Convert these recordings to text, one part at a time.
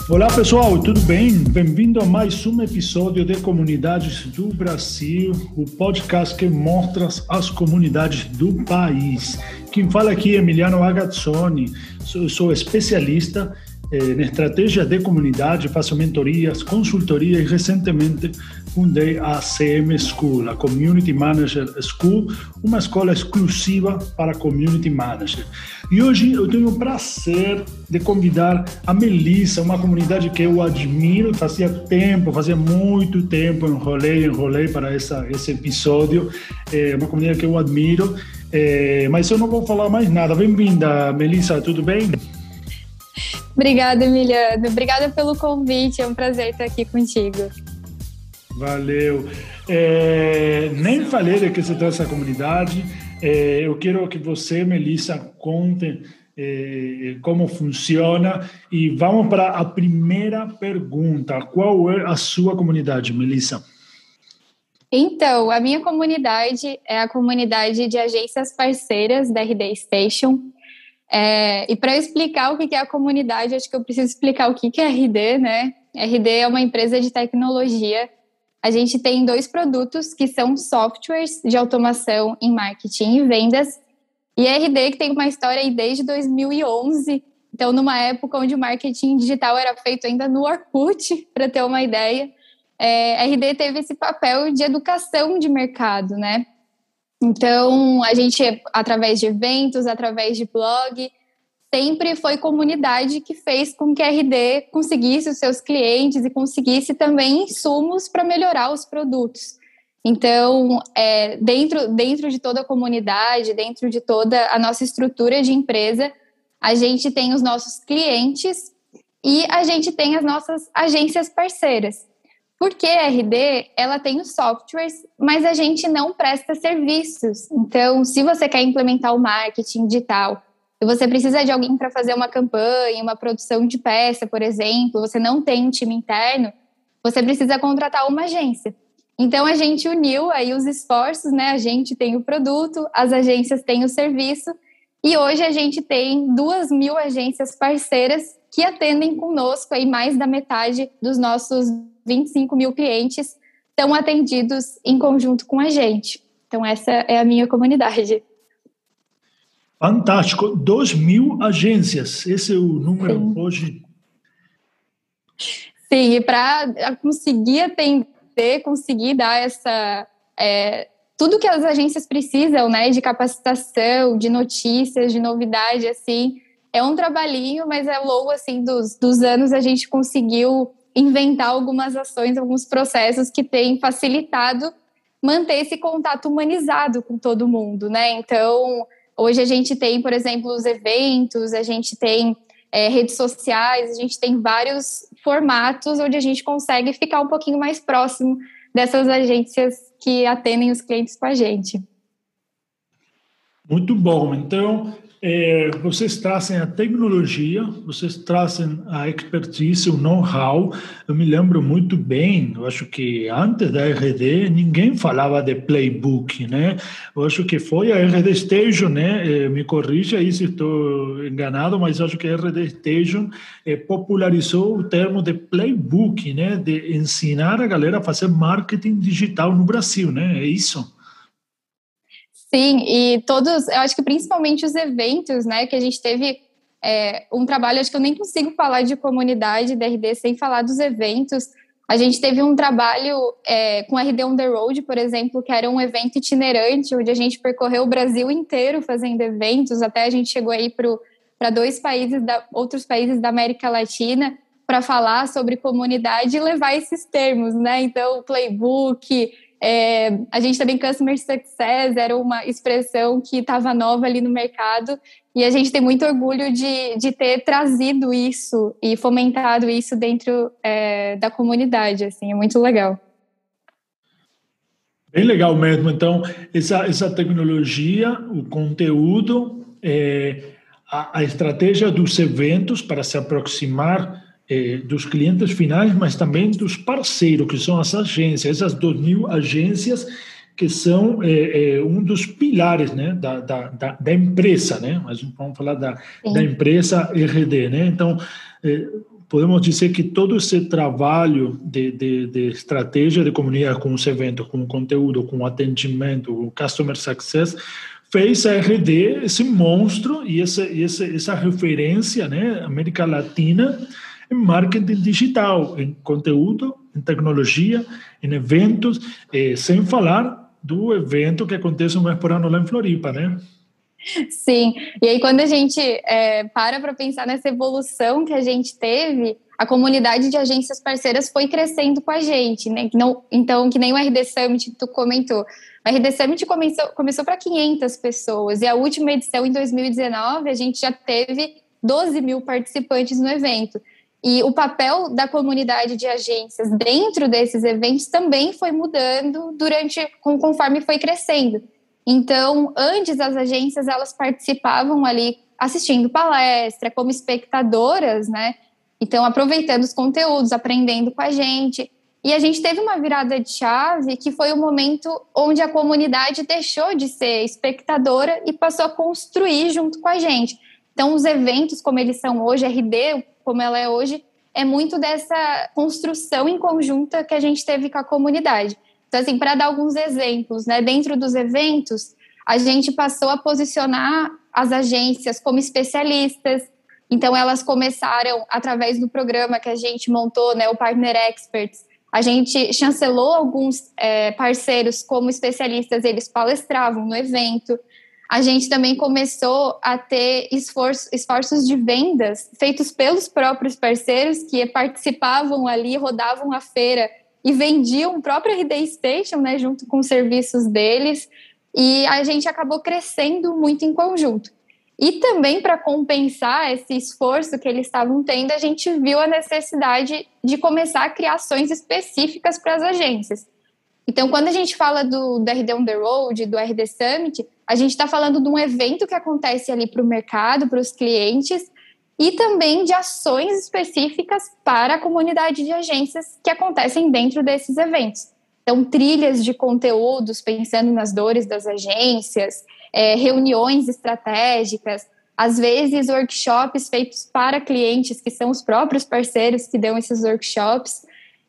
Olá pessoal, tudo bem? Bem-vindo a mais um episódio de Comunidades do Brasil, o podcast que mostra as comunidades do país. Quem fala aqui é Emiliano Agazzoni, sou especialista em estratégia de comunidade, faço mentorias, consultoria e recentemente fundei a CM School, a Community Manager School, uma escola exclusiva para Community Manager. E hoje eu tenho o prazer de convidar a Melissa, uma comunidade que eu admiro, fazia muito tempo, enrolei para esse episódio, uma comunidade que eu admiro, mas eu não vou falar mais nada. Bem-vinda, Melissa, tudo bem? Obrigada, Emiliano. Obrigada pelo convite, é um prazer estar aqui contigo. Valeu. Nem falei de que se trata essa comunidade. Eu quero que você, Melissa, conte como funciona e vamos para a primeira pergunta. Qual é a sua comunidade, Melissa? Então, a minha comunidade é a comunidade de agências parceiras da RD Station. E para eu explicar o que é a comunidade, acho que eu preciso explicar o que é a RD, né? A RD é uma empresa de tecnologia. A gente tem 2 produtos que são softwares de automação em marketing e vendas. E a RD que tem uma história aí desde 2011. Então, numa época onde o marketing digital era feito ainda no Orkut, para ter uma ideia, a RD teve esse papel de educação de mercado, né? Então, a gente, através de eventos, através de blog, sempre foi comunidade que fez com que a RD conseguisse os seus clientes e conseguisse também insumos para melhorar os produtos. Então, dentro de toda a comunidade, dentro de toda a nossa estrutura de empresa, a gente tem os nossos clientes e a gente tem as nossas agências parceiras. Porque a RD, ela tem os softwares, mas a gente não presta serviços. Então, se você quer implementar o marketing digital, e você precisa de alguém para fazer uma campanha, uma produção de peça, por exemplo, você não tem um time interno, você precisa contratar uma agência. Então, a gente uniu aí os esforços, né? A gente tem o produto, as agências têm o serviço, e hoje a gente tem 2.000 agências parceiras que atendem conosco, aí mais da metade dos nossos 25.000 clientes estão atendidos em conjunto com a gente. Então, essa é a minha comunidade. Fantástico. 2.000 agências. Esse é o número. Sim. Hoje. Sim, e para conseguir atender, conseguir dar tudo que as agências precisam, né, de capacitação, de notícias, de novidade, assim, é um trabalhinho, mas ao longo, assim, dos anos a gente conseguiu inventar algumas ações, alguns processos que têm facilitado manter esse contato humanizado com todo mundo, né? Então, hoje a gente tem, por exemplo, os eventos, a gente tem redes sociais, a gente tem vários formatos onde a gente consegue ficar um pouquinho mais próximo dessas agências que atendem os clientes com a gente. Muito bom. Então, vocês trazem a tecnologia, vocês trazem a expertise, o know-how. Eu me lembro muito bem, eu acho que antes da RD ninguém falava de playbook, né? Eu acho que foi a RD Station, né? Me corrija aí se estou enganado, mas eu acho que a RD Station popularizou o termo de playbook, né? De ensinar a galera a fazer marketing digital no Brasil, né? É isso? Sim, e eu acho que principalmente os eventos, né, que a gente teve um trabalho, acho que eu nem consigo falar de comunidade da RD sem falar dos eventos. A gente teve um trabalho com a RD On The Road, por exemplo, que era um evento itinerante, onde a gente percorreu o Brasil inteiro fazendo eventos, até a gente chegou aí para outros países da América Latina, para falar sobre comunidade e levar esses termos, né, então, playbook. A gente também, Customer Success, era uma expressão que estava nova ali no mercado e a gente tem muito orgulho de ter trazido isso e fomentado isso dentro da comunidade, assim, é muito legal. Bem legal mesmo. Então, essa tecnologia, o conteúdo, a estratégia dos eventos para se aproximar dos clientes finais, mas também dos parceiros, que são as agências, essas 2.000 agências que são um dos pilares, né, da empresa, né? Mas vamos falar da empresa RD, né? Então, podemos dizer que todo esse trabalho de estratégia de comunidade, com os eventos, com o conteúdo, com o atendimento, com o Customer Success, fez a RD esse monstro e essa referência, né, América Latina, em marketing digital, em conteúdo, em tecnologia, em eventos, sem falar do evento que acontece uma vez por ano lá em Floripa, né? Sim, e aí quando a gente para pensar nessa evolução que a gente teve, a comunidade de agências parceiras foi crescendo com a gente, né? Então, que nem o RD Summit que tu comentou. O RD Summit começou para 500 pessoas, e a última edição, em 2019, a gente já teve 12 mil participantes no evento. E o papel da comunidade de agências dentro desses eventos também foi mudando conforme foi crescendo. Então, antes as agências, elas participavam ali assistindo palestra, como espectadoras, né? Então, aproveitando os conteúdos, aprendendo com a gente. E a gente teve uma virada de chave que foi o momento onde a comunidade deixou de ser espectadora e passou a construir junto com a gente. Então, os eventos como eles são hoje, a RD como ela é hoje, é muito dessa construção em conjunta que a gente teve com a comunidade. Então, assim, para dar alguns exemplos, né, dentro dos eventos, a gente passou a posicionar as agências como especialistas. Então, elas começaram, através do programa que a gente montou, né, o Partner Experts, a gente chancelou alguns parceiros como especialistas, eles palestravam no evento. A gente também começou a ter esforços de vendas feitos pelos próprios parceiros que participavam ali, rodavam a feira e vendiam o próprio RD Station, né, junto com os serviços deles, e a gente acabou crescendo muito em conjunto. E também, para compensar esse esforço que eles estavam tendo, a gente viu a necessidade de começar a criar ações específicas para as agências. Então, quando a gente fala do RD On The Road, do RD Summit, a gente está falando de um evento que acontece ali para o mercado, para os clientes, e também de ações específicas para a comunidade de agências que acontecem dentro desses eventos. Então, trilhas de conteúdos pensando nas dores das agências, reuniões estratégicas, às vezes workshops feitos para clientes, que são os próprios parceiros que dão esses workshops.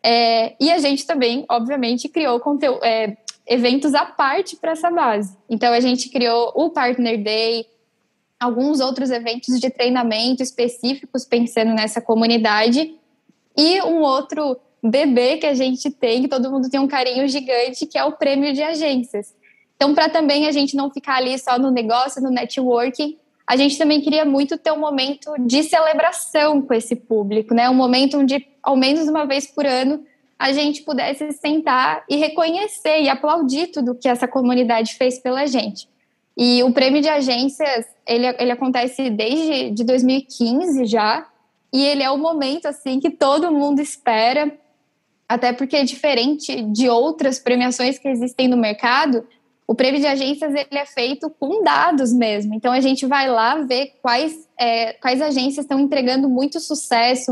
E a gente também, obviamente, criou eventos à parte para essa base. Então, a gente criou o Partner Day, alguns outros eventos de treinamento específicos pensando nessa comunidade, e um outro bebê que a gente tem, que todo mundo tem um carinho gigante, que é o Prêmio de Agências. Então, para também a gente não ficar ali só no negócio, no networking, a gente também queria muito ter um momento de celebração com esse público, né? Um momento onde, ao menos uma vez por ano, a gente pudesse sentar e reconhecer e aplaudir tudo que essa comunidade fez pela gente. E o Prêmio de Agências, ele acontece desde de 2015 já, e ele é o momento assim que todo mundo espera, até porque é diferente de outras premiações que existem no mercado. O Prêmio de Agências ele é feito com dados mesmo. Então, a gente vai lá ver quais agências estão entregando muito sucesso,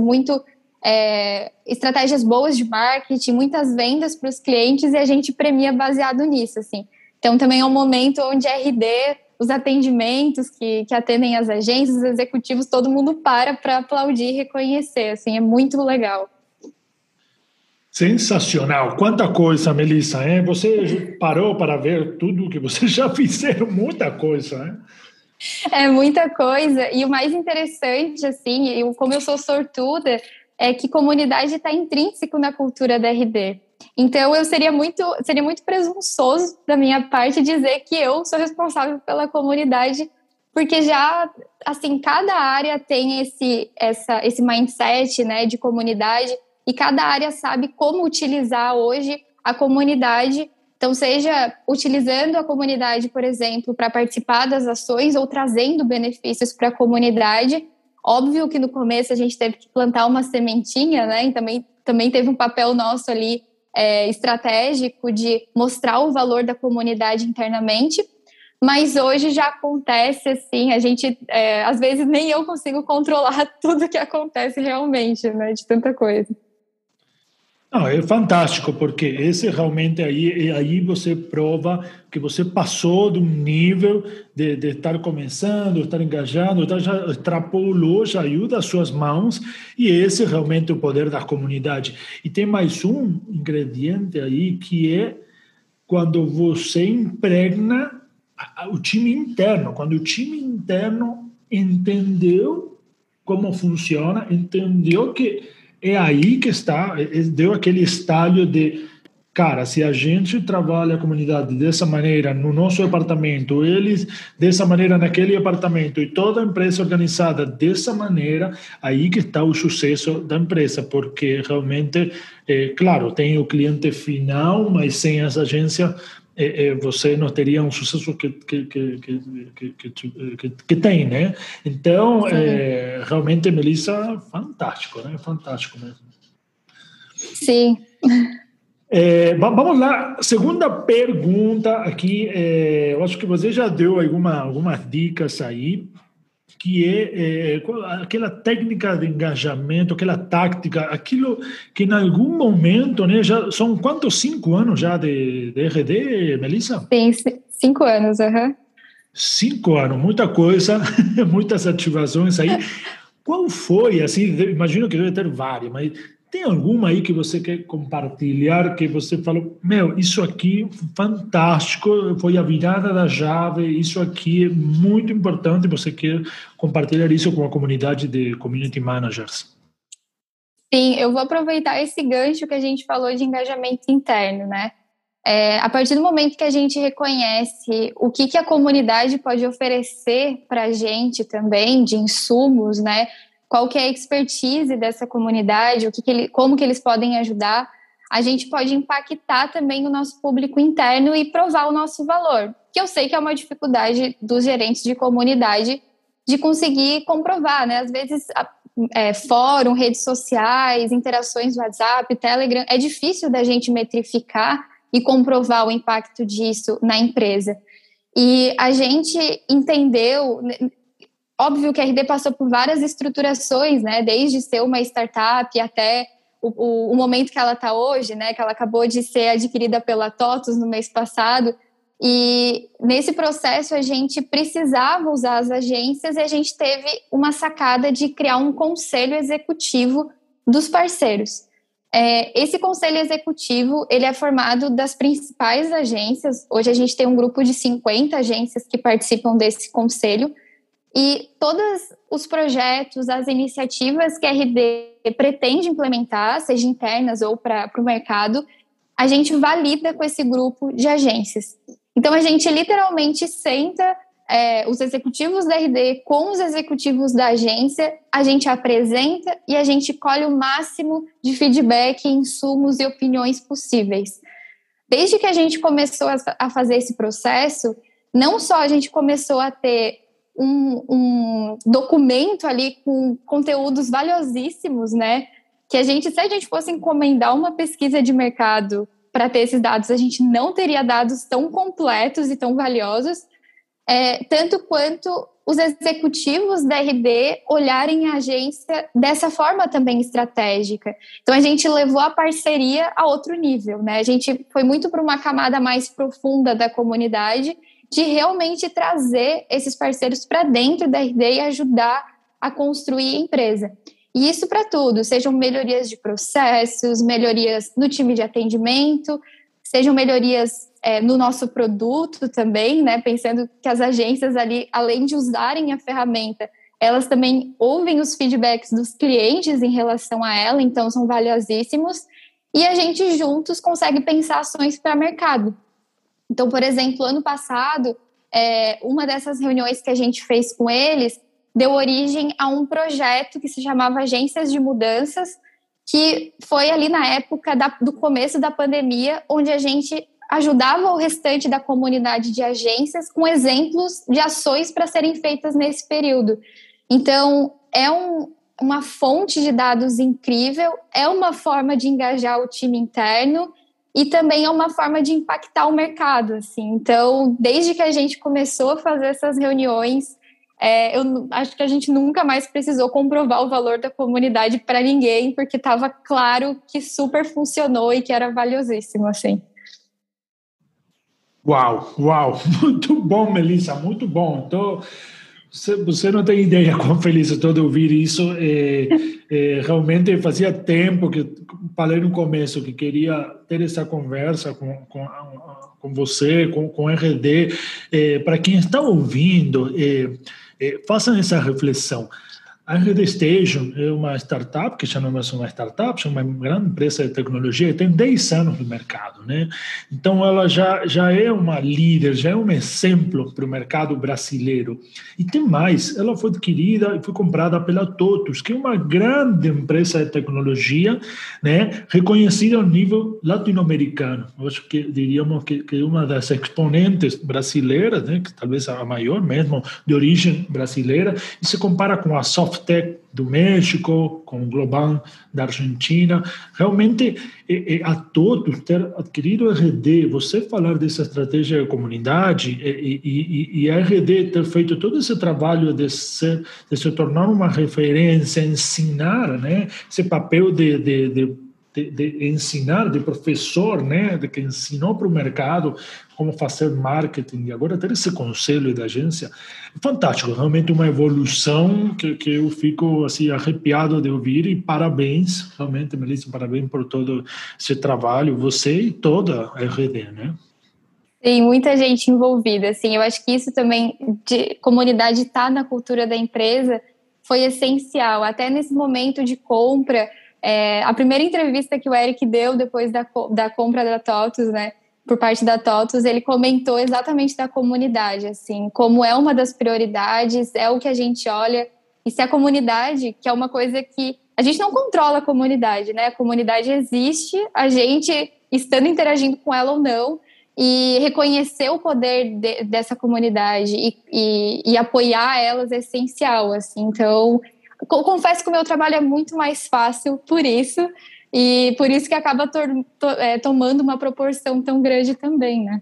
estratégias boas de marketing, muitas vendas para os clientes, e a gente premia baseado nisso, assim. Então, também é um momento onde a RD, os atendimentos que atendem as agências, os executivos, todo mundo para aplaudir e reconhecer, assim, é muito legal. Sensacional. Quanta coisa, Melissa, hein? Você parou para ver tudo que vocês já fizeram, muita coisa, né? É muita coisa, e o mais interessante, assim, como eu sou sortuda, é que comunidade está intrínseco na cultura da RD. Então, seria muito presunçoso da minha parte dizer que eu sou responsável pela comunidade, porque já, assim, cada área tem esse mindset, né, de comunidade, e cada área sabe como utilizar hoje a comunidade. Então, seja utilizando a comunidade, por exemplo, para participar das ações ou trazendo benefícios para a comunidade. Óbvio que no começo a gente teve que plantar uma sementinha, né? E também teve um papel nosso ali estratégico de mostrar o valor da comunidade internamente. Mas hoje já acontece assim, a gente, às vezes nem eu consigo controlar tudo que acontece realmente, né? De tanta coisa. Não, é fantástico, porque esse realmente aí você prova que você passou de um nível de estar começando, estar engajando, estar, já extrapolou, já ajuda as suas mãos, e esse é realmente o poder da comunidade. E tem mais um ingrediente aí, que é quando você impregna o time interno, quando o time interno entendeu como funciona, entendeu que é aí que está, deu aquele estágio de, cara, se a gente trabalha a comunidade dessa maneira no nosso departamento, eles dessa maneira naquele departamento e toda a empresa organizada dessa maneira, aí que está o sucesso da empresa, porque realmente, claro, tem o cliente final, mas sem essa agência você não teria um sucesso que tem, né? Então, Sim. realmente, Melissa, fantástico, né? Fantástico mesmo. Sim. Vamos lá, segunda pergunta aqui. Eu acho que você já deu algumas dicas aí, que é, aquela técnica de engajamento, aquela tática, aquilo que em algum momento, né? Já são quantos? 5 anos já de RD, Melissa? Sim, 5 anos, aham. 5 anos, muita coisa, muitas ativações aí. Qual foi, assim, imagino que deve ter várias, mas tem alguma aí que você quer compartilhar, que você falou, meu, isso aqui fantástico, foi a virada da chave, isso aqui é muito importante, você quer compartilhar isso com a comunidade de community managers? Sim, eu vou aproveitar esse gancho que a gente falou de engajamento interno, né? A partir do momento que a gente reconhece o que a comunidade pode oferecer para a gente também, de insumos, né? Qual que é a expertise dessa comunidade, como que eles podem ajudar, a gente pode impactar também o nosso público interno e provar o nosso valor, que eu sei que é uma dificuldade dos gerentes de comunidade de conseguir comprovar, né? Às vezes, fórum, redes sociais, interações no WhatsApp, Telegram, é difícil da gente metrificar e comprovar o impacto disso na empresa. E a gente entendeu, óbvio que a RD passou por várias estruturações, né, desde ser uma startup até o momento que ela está hoje, né, que ela acabou de ser adquirida pela TOTUS no mês passado, e nesse processo a gente precisava usar as agências e a gente teve uma sacada de criar um conselho executivo dos parceiros. Esse conselho executivo, ele é formado das principais agências. Hoje a gente tem um grupo de 50 agências que participam desse conselho e todos os projetos, as iniciativas que a RD pretende implementar, seja internas ou para o mercado, a gente valida com esse grupo de agências. Então a gente literalmente senta os executivos da RD com os executivos da agência, a gente apresenta e a gente colhe o máximo de feedback, insumos e opiniões possíveis. Desde que a gente começou a fazer esse processo, não só a gente começou a ter um documento ali com conteúdos valiosíssimos, né? Que se a gente fosse encomendar uma pesquisa de mercado para ter esses dados, a gente não teria dados tão completos e tão valiosos, tanto quanto os executivos da RD olharem a agência dessa forma também estratégica. Então, a gente levou a parceria a outro nível, né? A gente foi muito para uma camada mais profunda da comunidade, de realmente trazer esses parceiros para dentro da RD e ajudar a construir a empresa. E isso para tudo, sejam melhorias de processos, melhorias no time de atendimento, sejam melhorias no nosso produto também, né? Pensando que as agências ali, além de usarem a ferramenta, elas também ouvem os feedbacks dos clientes em relação a ela, então são valiosíssimos, e a gente juntos consegue pensar ações para o mercado. Então, por exemplo, ano passado, uma dessas reuniões que a gente fez com eles deu origem a um projeto que se chamava Agências de Mudanças, que foi ali na época do começo da pandemia, onde a gente ajudava o restante da comunidade de agências com exemplos de ações para serem feitas nesse período. Então, uma fonte de dados incrível, é uma forma de engajar o time interno e também é uma forma de impactar o mercado, assim. Então, desde que a gente começou a fazer essas reuniões, Acho que a gente nunca mais precisou comprovar o valor da comunidade para ninguém, porque estava claro que super funcionou e que era valiosíssimo, assim. Uau, uau, muito bom, Melissa, muito bom. Então, você não tem ideia quão feliz eu estou de ouvir isso. Realmente fazia tempo que falei no começo que queria ter essa conversa com você, com o RD. Para quem está ouvindo, façam essa reflexão. A RD Station é uma startup, que já não é mais uma startup, é uma grande empresa de tecnologia, e tem 10 anos no mercado, né? Então, ela já é uma líder, já é um exemplo para o mercado brasileiro. E tem mais, ela foi adquirida e foi comprada pela TOTUS, que é uma grande empresa de tecnologia, né? Reconhecida ao nível latino-americano. Eu acho que diríamos que é uma das exponentes brasileiras, né? Que talvez a maior mesmo, de origem brasileira, e se compara com a Softec do México, com o Global da Argentina. Realmente, a todos ter adquirido o RD, você falar dessa estratégia de comunidade e a RD ter feito todo esse trabalho de se tornar uma referência, ensinar, né, esse papel de ensinar, de professor, né, de que ensinou para o mercado como fazer marketing, e agora ter esse conselho da agência, é fantástico, realmente uma evolução que eu fico assim, arrepiado de ouvir, e parabéns, realmente, Melissa, parabéns por todo esse trabalho, você e toda a RD, né? Tem muita gente envolvida, assim, eu acho que isso também, de comunidade estar na cultura da empresa, foi essencial, até nesse momento de compra. A primeira entrevista que o Eric deu depois da compra da TOTUS, né, por parte da TOTUS, ele comentou exatamente da comunidade, assim, como é uma das prioridades, é o que a gente olha, e se a comunidade, que é uma coisa que a gente não controla a comunidade, né, a comunidade existe, a gente estando interagindo com ela ou não, e reconhecer o poder dessa comunidade e apoiar elas é essencial, assim, então confesso que o meu trabalho é muito mais fácil por isso, e por isso que acaba tomando uma proporção tão grande também, né?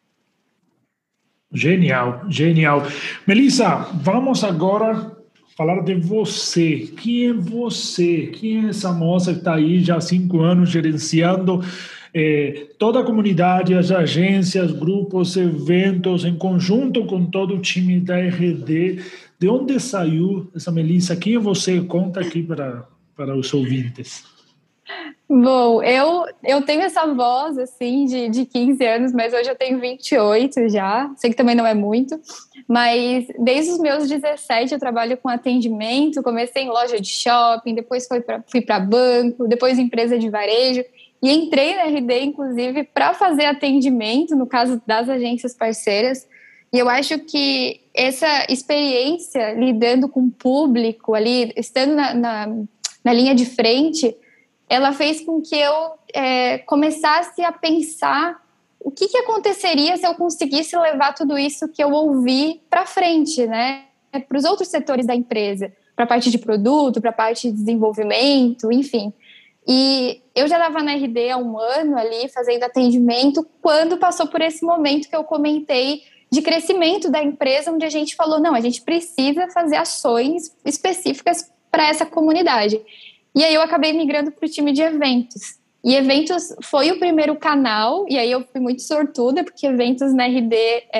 Genial, genial. Melissa, vamos agora falar de você. Quem é você? Quem é essa moça que está aí já há 5 anos gerenciando toda a comunidade, as agências, grupos, eventos, em conjunto com todo o time da RD? De onde saiu essa Melissa? Quem é você? Conta aqui para os ouvintes. Bom, eu tenho essa voz, assim, de 15 anos, mas hoje eu tenho 28 já. Sei que também não é muito, mas desde os meus 17 eu trabalho com atendimento. Comecei em loja de shopping, depois fui para banco, depois empresa de varejo. E entrei na RD, inclusive, para fazer atendimento, no caso das agências parceiras. E eu acho que essa experiência lidando com o público ali, estando na linha de frente, ela fez com que eu começasse a pensar o que aconteceria se eu conseguisse levar tudo isso que eu ouvi para frente, né? Para os outros setores da empresa, para a parte de produto, para a parte de desenvolvimento, enfim. E eu já estava na RD há um ano ali, fazendo atendimento, quando passou por esse momento que eu comentei de crescimento da empresa, onde a gente falou, não, a gente precisa fazer ações específicas para essa comunidade. E aí eu acabei migrando para o time de eventos. E eventos foi o primeiro canal, e aí eu fui muito sortuda, porque eventos na RD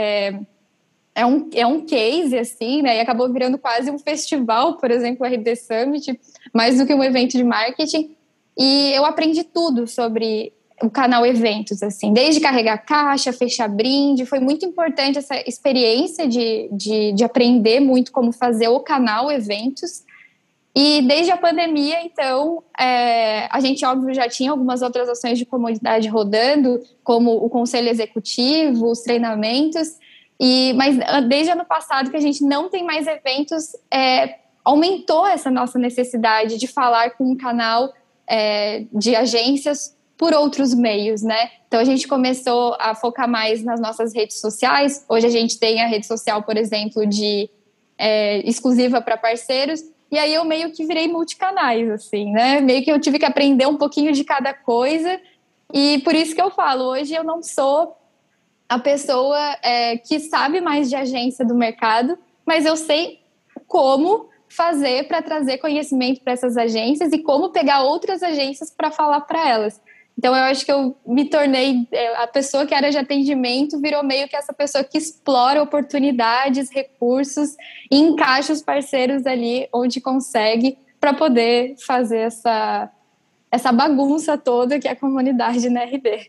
é um case, assim, né? E acabou virando quase um festival, por exemplo, o RD Summit, mais do que um evento de marketing. E eu aprendi tudo sobre o canal eventos, assim, desde carregar caixa, fechar brinde. Foi muito importante essa experiência de aprender muito como fazer o canal eventos. E desde a pandemia, então, a gente, óbvio, já tinha algumas outras ações de comunidade rodando, como o conselho executivo, os treinamentos, mas desde ano passado que a gente não tem mais eventos, aumentou essa nossa necessidade de falar com um canal de agências por outros meios, né? Então, a gente começou a focar mais nas nossas redes sociais. Hoje a gente tem a rede social, por exemplo, exclusiva para parceiros. E aí eu meio que virei multicanais, assim, né? Meio que eu tive que aprender um pouquinho de cada coisa. E por isso que eu falo, hoje eu não sou a pessoa que sabe mais de agência do mercado, mas eu sei como fazer para trazer conhecimento para essas agências e como pegar outras agências para falar para elas. Então, eu acho que eu me tornei a pessoa que era de atendimento, virou meio que essa pessoa que explora oportunidades, recursos e encaixa os parceiros ali onde consegue para poder fazer essa bagunça toda que é a comunidade na RD.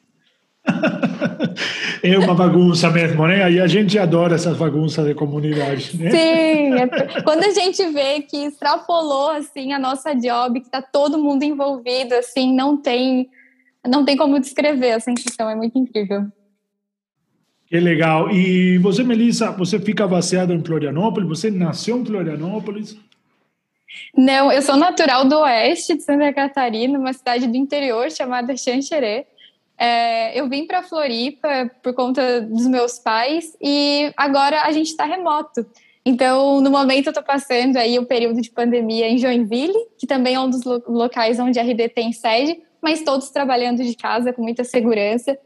É uma bagunça mesmo, né? E a gente adora essas bagunças de comunidade, né? Sim, quando a gente vê que extrapolou, assim, a nossa job, que tá todo mundo envolvido, assim, não tem como descrever a sensação, é muito incrível. Que legal. E você, Melissa, você fica baseada em Florianópolis? Você nasceu em Florianópolis? Não, eu sou natural do oeste de Santa Catarina, uma cidade do interior chamada Xanxerê. Eu vim para Floripa por conta dos meus pais e agora a gente está remoto. Então, no momento eu estou passando aí o período de pandemia em Joinville, que também é um dos locais onde a RD tem sede, mas todos trabalhando de casa com muita segurança.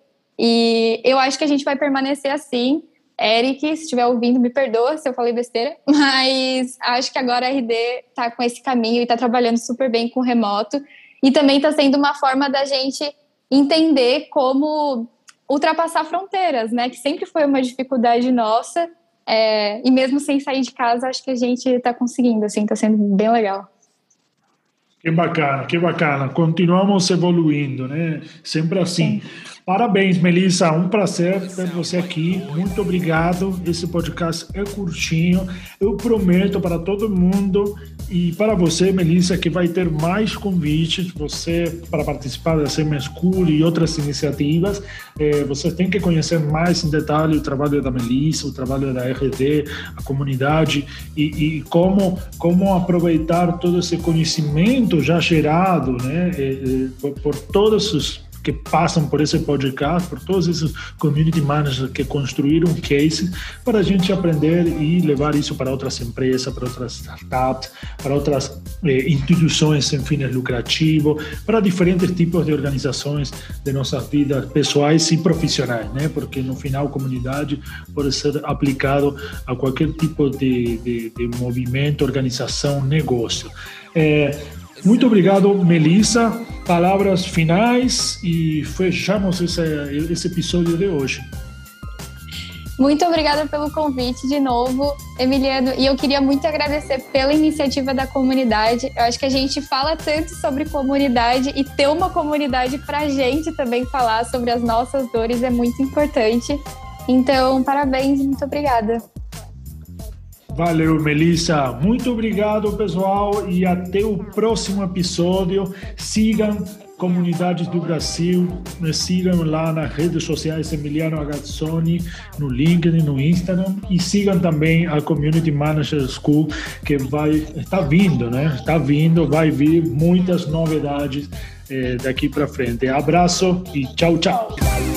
E eu acho que a gente vai permanecer assim. Eric, se estiver ouvindo, me perdoa se eu falei besteira, mas acho que agora a RD está com esse caminho e está trabalhando super bem com o remoto. E também está sendo uma forma da gente entender como ultrapassar fronteiras, né? Que sempre foi uma dificuldade nossa. E mesmo sem sair de casa, acho que a gente está conseguindo, assim, está sendo bem legal. Que bacana, que bacana. Continuamos evoluindo, né? Sempre assim. Sim. Parabéns, Melissa. Um prazer ter você aqui. Muito obrigado. Esse podcast é curtinho. Eu prometo para todo mundo e para você, Melissa, que vai ter mais convites. Você, para participar da CM School e outras iniciativas, você tem que conhecer mais em detalhe o trabalho da Melissa, o trabalho da RD, a comunidade e como aproveitar todo esse conhecimento já gerado, né, por todos os que passam por esse podcast, por todos esses community managers que construíram cases para a gente aprender e levar isso para outras empresas, para outras startups, para outras instituições sem fins lucrativos, para diferentes tipos de organizações de nossas vidas pessoais e profissionais, né? Porque no final a comunidade pode ser aplicado a qualquer tipo de movimento, organização, negócio. Muito obrigado, Melissa. Palavras finais e fechamos esse episódio de hoje. Muito obrigada pelo convite de novo, Emiliano. E eu queria muito agradecer pela iniciativa da comunidade. Eu acho que a gente fala tanto sobre comunidade e ter uma comunidade para a gente também falar sobre as nossas dores é muito importante. Então, parabéns e muito obrigada. Valeu, Melissa. Muito obrigado, pessoal, e até o próximo episódio. Sigam Comunidades do Brasil, me sigam lá nas redes sociais Emiliano Agazzoni, no LinkedIn, no Instagram, e sigam também a Community Manager School, que está vindo, né? Está vindo, vai vir muitas novidades daqui para frente. Abraço e tchau, tchau.